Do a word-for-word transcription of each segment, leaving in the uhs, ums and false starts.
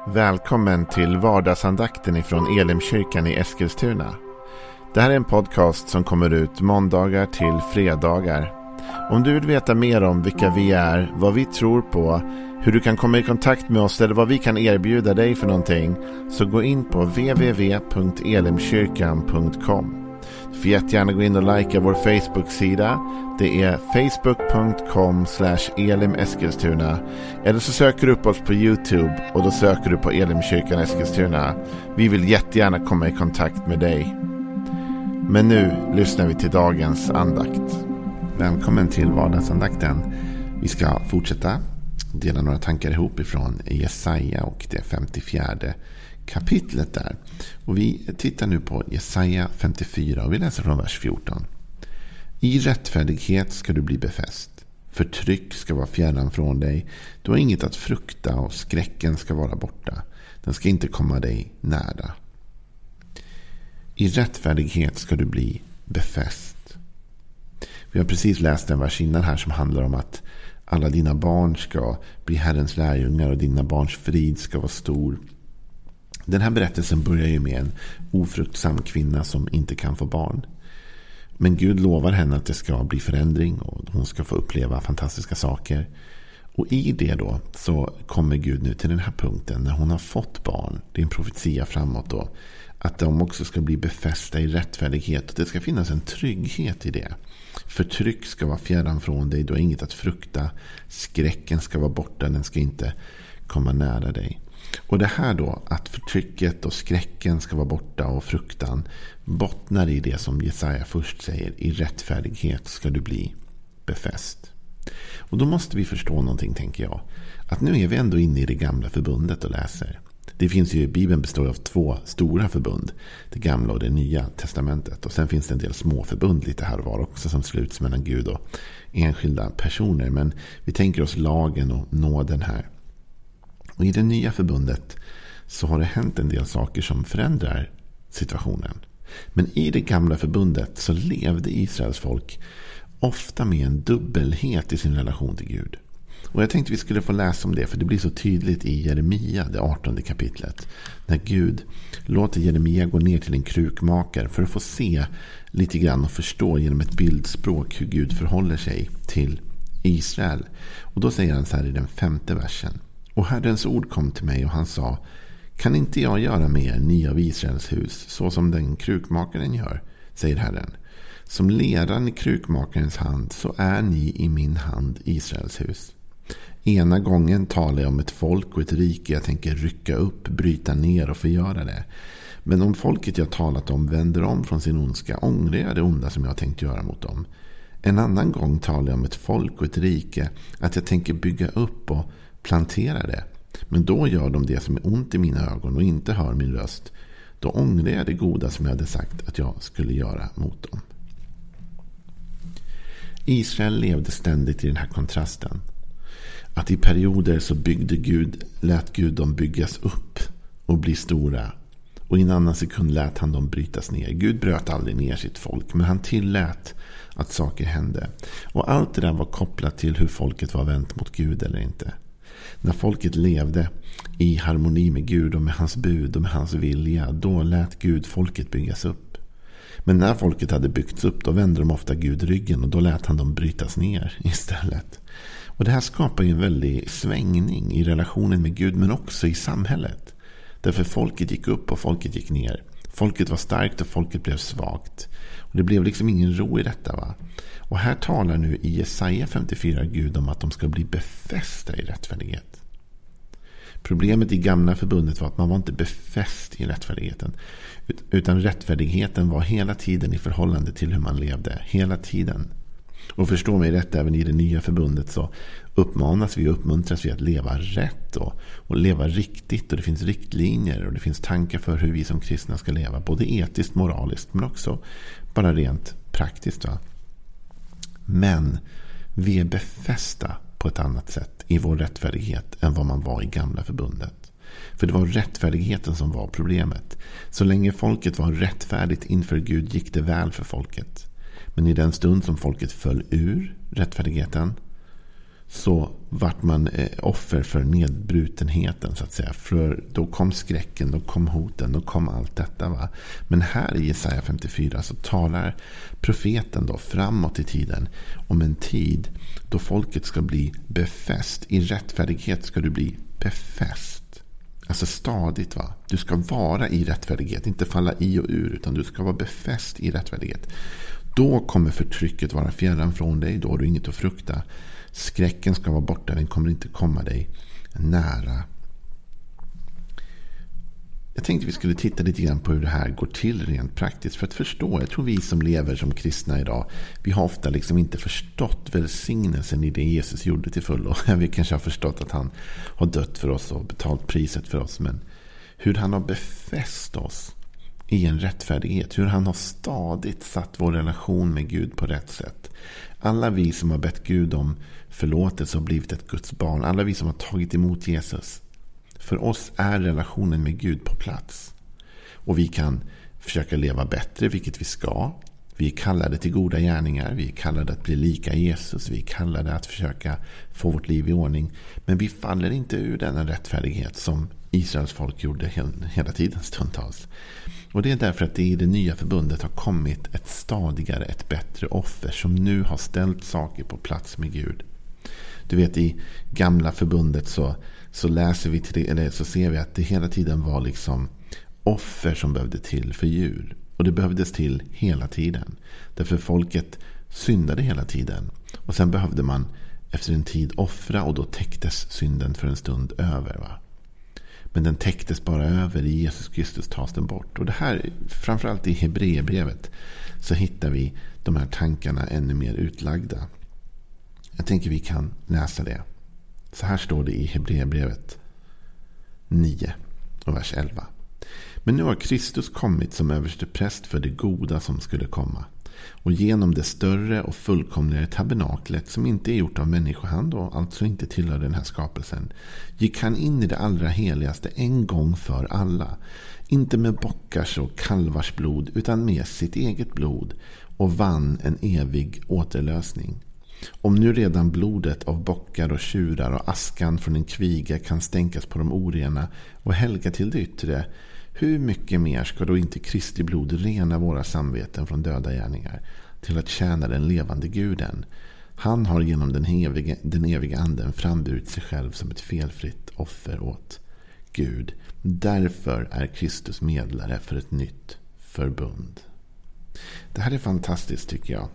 Välkommen till vardagsandakten ifrån Elimkyrkan i Eskilstuna. Det här är en podcast som kommer ut måndagar till fredagar. Om du vill veta mer om vilka vi är, vad vi tror på, hur du kan komma i kontakt med oss eller vad vi kan erbjuda dig för någonting, så gå in på w w w punkt elimkyrkan punkt com. Du får jättegärna gå in och likea vår Facebook-sida. Det är facebook punkt com slash elimeskilstuna. Eller så söker du upp oss på YouTube och då söker du på Elimkyrkan Eskilstuna. Vi vill jättegärna komma i kontakt med dig. Men nu lyssnar vi till dagens andakt. Välkommen till vardagsandakten. Vi ska fortsätta dela några tankar ihop ifrån Jesaja och det femtiofjärde kapitlet där. Och vi tittar nu på Jesaja femtiofyra och vi läser från vers fjorton. I rättfärdighet ska du bli befäst. Förtryck ska vara fjärran från dig. Du har inget att frukta och skräcken ska vara borta. Den ska inte komma dig nära. I rättfärdighet ska du bli befäst. Vi har precis läst en vers innan här som handlar om att alla dina barn ska bli Herrens lärjungar och dina barns frid ska vara stor. Den här berättelsen börjar ju med en ofruktsam kvinna som inte kan få barn. Men Gud lovar henne att det ska bli förändring och hon ska få uppleva fantastiska saker. Och i det då så kommer Gud nu till den här punkten när hon har fått barn. Det är en profetia framåt då. Att de också ska bli befästa i rättfärdighet. Det ska finnas en trygghet i det. Förtryck ska vara fjärran från dig. Du har inget att frukta. Skräcken ska vara borta. Den ska inte komma nära dig. Och det här då, att förtrycket och skräcken ska vara borta och fruktan, bottnar i det som Jesaja först säger. I rättfärdighet ska du bli befäst. Och då måste vi förstå någonting, tänker jag. Att nu är vi ändå inne i det gamla förbundet och läser. Det finns ju, Bibeln består av två stora förbund. Det gamla och det nya testamentet. Och sen finns det en del små förbund lite här och var också som sluts mellan Gud och enskilda personer. Men vi tänker oss lagen och nåden här. Och i det nya förbundet så har det hänt en del saker som förändrar situationen. Men i det gamla förbundet så levde Israels folk ofta med en dubbelhet i sin relation till Gud. Och jag tänkte vi skulle få läsa om det, för det blir så tydligt i Jeremia, det artonde kapitlet. När Gud låter Jeremia gå ner till en krukmakare för att få se lite grann och förstå genom ett bildspråk hur Gud förhåller sig till Israel. Och då säger han så här i den femte versen. Och Herrens ord kom till mig och han sa: kan inte jag göra med er, ni av Israels hus, så som den krukmakaren gör, säger Herren. Som leran i krukmakarens hand så är ni i min hand, Israels hus. Ena gången talar jag om ett folk och ett rike jag tänker rycka upp, bryta ner och förgöra det. Men om folket jag talat om vänder om från sin ondska, ångrar jag det onda som jag tänkt göra mot dem. En annan gång talar jag om ett folk och ett rike att jag tänker bygga upp och plantera det. Men då gör de det som är ont i mina ögon och inte hör min röst. Då ångrar jag det goda som jag hade sagt att jag skulle göra mot dem. Israel levde ständigt i den här kontrasten. Att i perioder så byggde Gud, lät Gud dem byggas upp och bli stora. Och i en annan sekund lät han dem brytas ner. Gud bröt aldrig ner sitt folk, men han tillät att saker hände. Och allt det där var kopplat till hur folket var vänt mot Gud eller inte. När folket levde i harmoni med Gud och med hans bud och med hans vilja, då lät Gud folket byggas upp. Men när folket hade byggts upp, då vände de ofta Gud ryggen och då lät han dem brytas ner istället. Och det här skapar ju en väldig svängning i relationen med Gud, men också i samhället. Därför folket gick upp och folket gick ner. Folket var starkt och folket blev svagt. Och det blev liksom ingen ro i detta, va? Och här talar nu i Jesaja femtiofyra Gud om att de ska bli befästa i rättfärdighet. Problemet i gamla förbundet var att man var inte befäst i rättfärdigheten. Utan rättfärdigheten var hela tiden i förhållande till hur man levde. Hela tiden. Och förstå mig rätt, även i det nya förbundet så uppmanas vi och uppmuntras vi att leva rätt och, och leva riktigt. Och det finns riktlinjer och det finns tankar för hur vi som kristna ska leva. Både etiskt, moraliskt men också bara rent praktiskt, va? Men vi är befästa på ett annat sätt i vår rättfärdighet än vad man var i gamla förbundet. För det var rättfärdigheten som var problemet. Så länge folket var rättfärdigt inför Gud gick det väl för folket. Men i den stund som folket föll ur rättfärdigheten så vart man offer för nedbrutenheten så att säga. För då kom skräcken, då kom hoten, då kom allt detta. Va? Men här i Jesaja femtiofyra så talar profeten då framåt i tiden om en tid då folket ska bli befäst. I rättfärdighet ska du bli befäst. Alltså stadigt, va? Du ska vara i rättfärdighet, inte falla i och ur, utan du ska vara befäst i rättfärdighet. Då kommer förtrycket vara fjärran från dig, då har du inget att frukta. Skräcken ska vara borta, den kommer inte komma dig nära. Jag tänkte vi skulle titta lite grann på hur det här går till rent praktiskt för att förstå. Jag tror vi som lever som kristna idag, vi har ofta liksom inte förstått välsignelsen i det Jesus gjorde till fullo. Vi kanske har förstått att han har dött för oss och betalt priset för oss, men hur han har befäst oss i en rättfärdighet, hur han har stadigt satt vår relation med Gud på rätt sätt. Alla vi som har bett Gud om förlåtelse och blivit ett Guds barn, alla vi som har tagit emot Jesus, för oss är relationen med Gud på plats. Och vi kan försöka leva bättre, vilket vi ska. Vi är kallade till goda gärningar, vi är kallade att bli lika Jesus, vi är kallade att försöka få vårt liv i ordning. Men vi faller inte ur denna rättfärdighet som Israels folk gjorde hela tiden stundtals. Och det är därför att det i det nya förbundet har kommit ett stadigare, ett bättre offer som nu har ställt saker på plats med Gud. Du vet, i gamla förbundet så, så läser vi till det, eller så ser vi att det hela tiden var liksom offer som behövde till för djur. Och det behövdes till hela tiden. Därför folket syndade hela tiden. Och sen behövde man efter en tid offra och då täcktes synden för en stund över, va? Men den täcktes bara över, i Jesus Kristus tas den bort. Och det här, framförallt i Hebreerbrevet, så hittar vi de här tankarna ännu mer utlagda. Jag tänker vi kan läsa det. Så här står det i Hebreerbrevet nio och vers elva. Men nu har Kristus kommit som överste präst för det goda som skulle komma. Och genom det större och fullkomligare tabernaklet som inte är gjort av människohand och alltså inte tillhör den här skapelsen, gick han in i det allra heligaste en gång för alla. Inte med bockars och kalvars blod utan med sitt eget blod och vann en evig återlösning. Om nu redan blodet av bockar och tjurar och askan från en kviga kan stänkas på de orena och helga till det yttre, hur mycket mer ska då inte Kristi blod rena våra samveten från döda gärningar till att tjäna den levande Guden? Han har genom den eviga, den eviga anden framburit sig själv som ett felfritt offer åt Gud. Därför är Kristus medlare för ett nytt förbund. Det här är fantastiskt, tycker jag.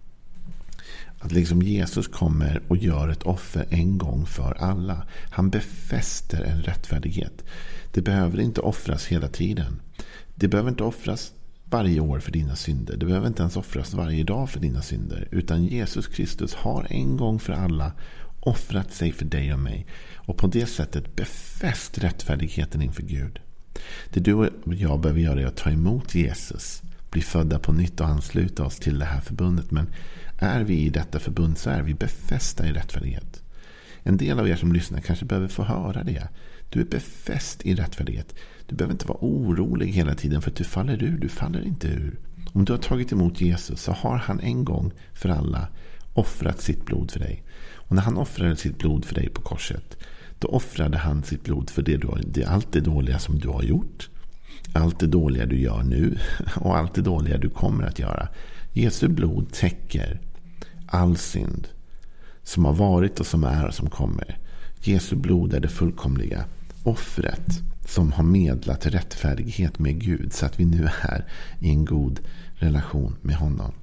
Att liksom Jesus kommer och gör ett offer en gång för alla. Han befäster en rättfärdighet. Det behöver inte offras hela tiden. Det behöver inte offras varje år för dina synder. Det behöver inte ens offras varje dag för dina synder. Utan Jesus Kristus har en gång för alla offrat sig för dig och mig. Och på det sättet befäst rättfärdigheten inför Gud. Det du och jag behöver göra är att ta emot Jesus. Bli födda på nytt och ansluta oss till det här förbundet. Men är vi i detta förbund så är vi befästa i rättfärdighet. En del av er som lyssnar kanske behöver få höra det. Du är befäst i rättfärdighet. Du behöver inte vara orolig hela tiden för att du faller ur. Du faller inte ur. Om du har tagit emot Jesus så har han en gång för alla offrat sitt blod för dig. Och när han offrade sitt blod för dig på korset, då offrade han sitt blod för det, du har, det allt det dåliga som du har gjort. Allt det dåliga du gör nu och allt det dåliga du kommer att göra. Jesu blod täcker all synd som har varit och som är och som kommer. Jesu blod är det fullkomliga offret som har medlat rättfärdighet med Gud så att vi nu är i en god relation med honom.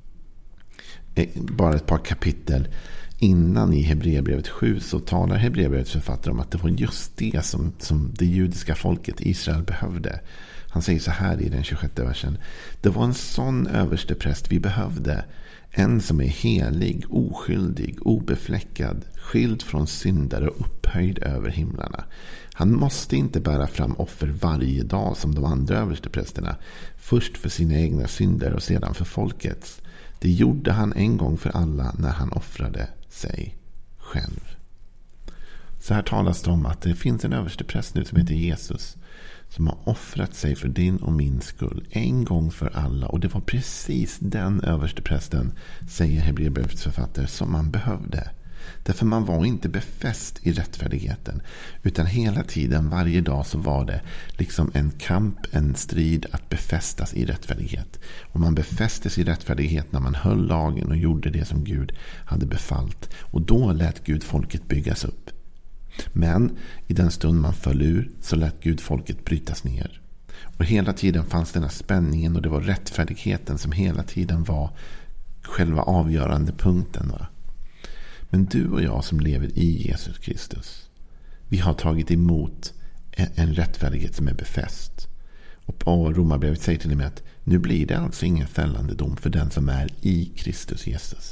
Bara ett par kapitel innan i Hebreerbrevet sju så talar Hebreerbrevets författare om att det var just det som, som det judiska folket Israel behövde. Han säger så här i den tjugosjätte versen. Det var en sån överstepräst vi behövde. En som är helig, oskyldig, obefläckad, skild från syndare och upphöjd över himlarna. Han måste inte bära fram offer varje dag som de andra översteprästerna. Först för sina egna synder och sedan för folkets. Det gjorde han en gång för alla när han offrade sig själv. Så här talas det om att det finns en överstepräst nu som heter Jesus, som har offrat sig för din och min skull en gång för alla. Och det var precis den översteprästen, säger Hebreerbrevets författare, som man behövde. Därför man var inte befäst i rättfärdigheten. Utan hela tiden, varje dag så var det liksom en kamp, en strid att befästas i rättfärdighet. Och man befästes i rättfärdighet när man höll lagen och gjorde det som Gud hade befallt. Och då lät Gud folket byggas upp. Men i den stund man föll ur så lät Gud folket brytas ner. Och hela tiden fanns den här spänningen, och det var rättfärdigheten som hela tiden var själva avgörande punkten. Va? Men du och jag som lever i Jesus Kristus, vi har tagit emot en, en rättfärdighet som är befäst. Och på Romarbrevet säger till och med att nu blir det alltså ingen fällande dom för den som är i Kristus Jesus.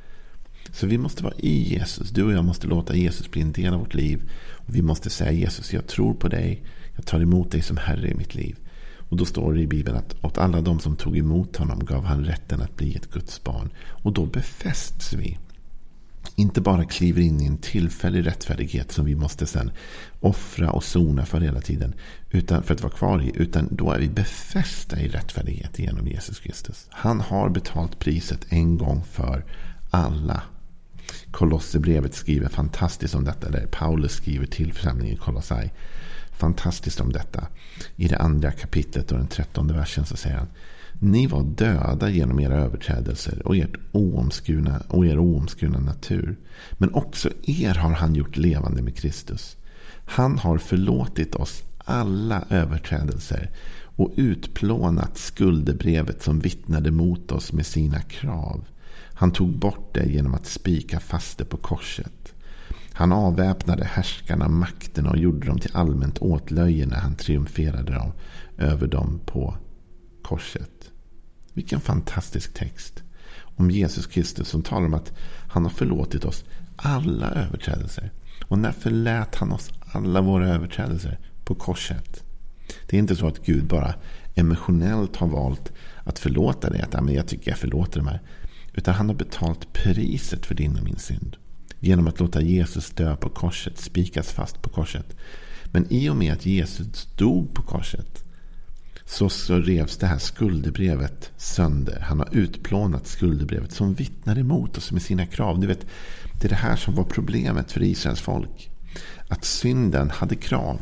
Så vi måste vara i Jesus. Du och jag måste låta Jesus bli en del av vårt liv. Och vi måste säga: Jesus, jag tror på dig. Jag tar emot dig som Herre i mitt liv. Och då står det i Bibeln att åt alla de som tog emot honom gav han rätten att bli ett Guds barn. Och då befästs vi. Inte bara kliver in i en tillfällig rättfärdighet som vi måste sen offra och sona för hela tiden, utan för att vara kvar i, utan då är vi befästa i rättfärdighet genom Jesus Kristus. Han har betalt priset en gång för alla. Kolosserbrevet skriver fantastiskt om detta, eller Paulus skriver till församlingen i Kolossai fantastiskt om detta. I det andra kapitlet och den trettonde versen så säger han: ni var döda genom era överträdelser och, ert oomskurna, och er oomskurna natur. Men också er har han gjort levande med Kristus. Han har förlåtit oss alla överträdelser och utplånat skuldebrevet som vittnade mot oss med sina krav. Han tog bort det genom att spika fast det på korset. Han avväpnade härskarna, makterna och gjorde dem till allmänt åtlöje när han triumferade dem, över dem på korset. Vilken fantastisk text om Jesus Kristus som talar om att han har förlåtit oss alla överträdelser. Och när förlät han oss alla våra överträdelser? På korset. Det är inte så att Gud bara emotionellt har valt att förlåta dig, att ja, men jag tycker jag förlåter dem här. Utan han har betalt priset för din och min synd. Genom att låta Jesus dö på korset, spikas fast på korset. Men i och med att Jesus dog på korset så, så revs det här skuldebrevet sönder. Han har utplånat skuldebrevet som vittnar emot oss med sina krav. Du vet, det är det här som var problemet för Israels folk. Att synden hade krav.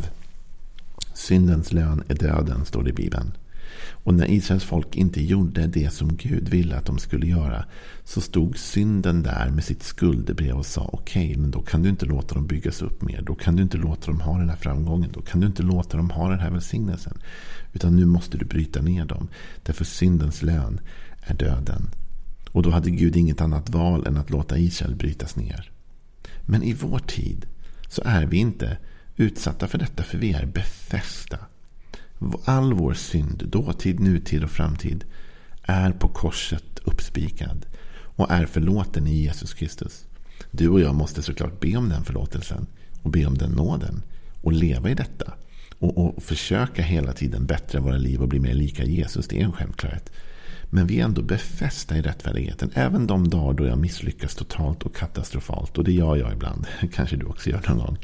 Syndens lön är döden, står det i Bibeln. Och när Israels folk inte gjorde det som Gud ville att de skulle göra, så stod synden där med sitt skuldebrev och sa: okej, okay, men då kan du inte låta dem byggas upp mer. Då kan du inte låta dem ha den här framgången. Då kan du inte låta dem ha den här välsignelsen. Utan nu måste du bryta ner dem. Därför syndens lön är döden. Och då hade Gud inget annat val än att låta Israel brytas ner. Men i vår tid så är vi inte utsatta för detta, för vi är befästa. All vår synd, dåtid, nutid och framtid, är på korset uppspikad och är förlåten i Jesus Kristus. Du och jag måste såklart be om den förlåtelsen och be om den nåden och leva i detta och, och försöka hela tiden bättra våra liv och bli mer lika Jesus. Det är en självklarhet. Men vi är ändå befästa i rättfärdigheten. Även de dagar då jag misslyckas totalt och katastrofalt, och det gör jag ibland, kanske du också gör någon gång.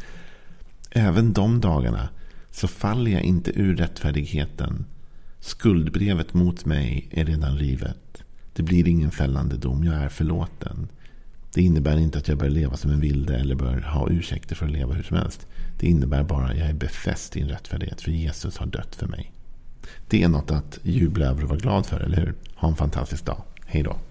Även de dagarna så faller jag inte ur rättfärdigheten. Skuldbrevet mot mig är redan rivet. Det blir ingen fällande dom. Jag är förlåten. Det innebär inte att jag bör leva som en vilde eller bör ha ursäkter för att leva hur som helst. Det innebär bara att jag är befäst i en rättfärdighet, för Jesus har dött för mig. Det är något att jubla över och vara glad för, eller hur? Ha en fantastisk dag. Hej då.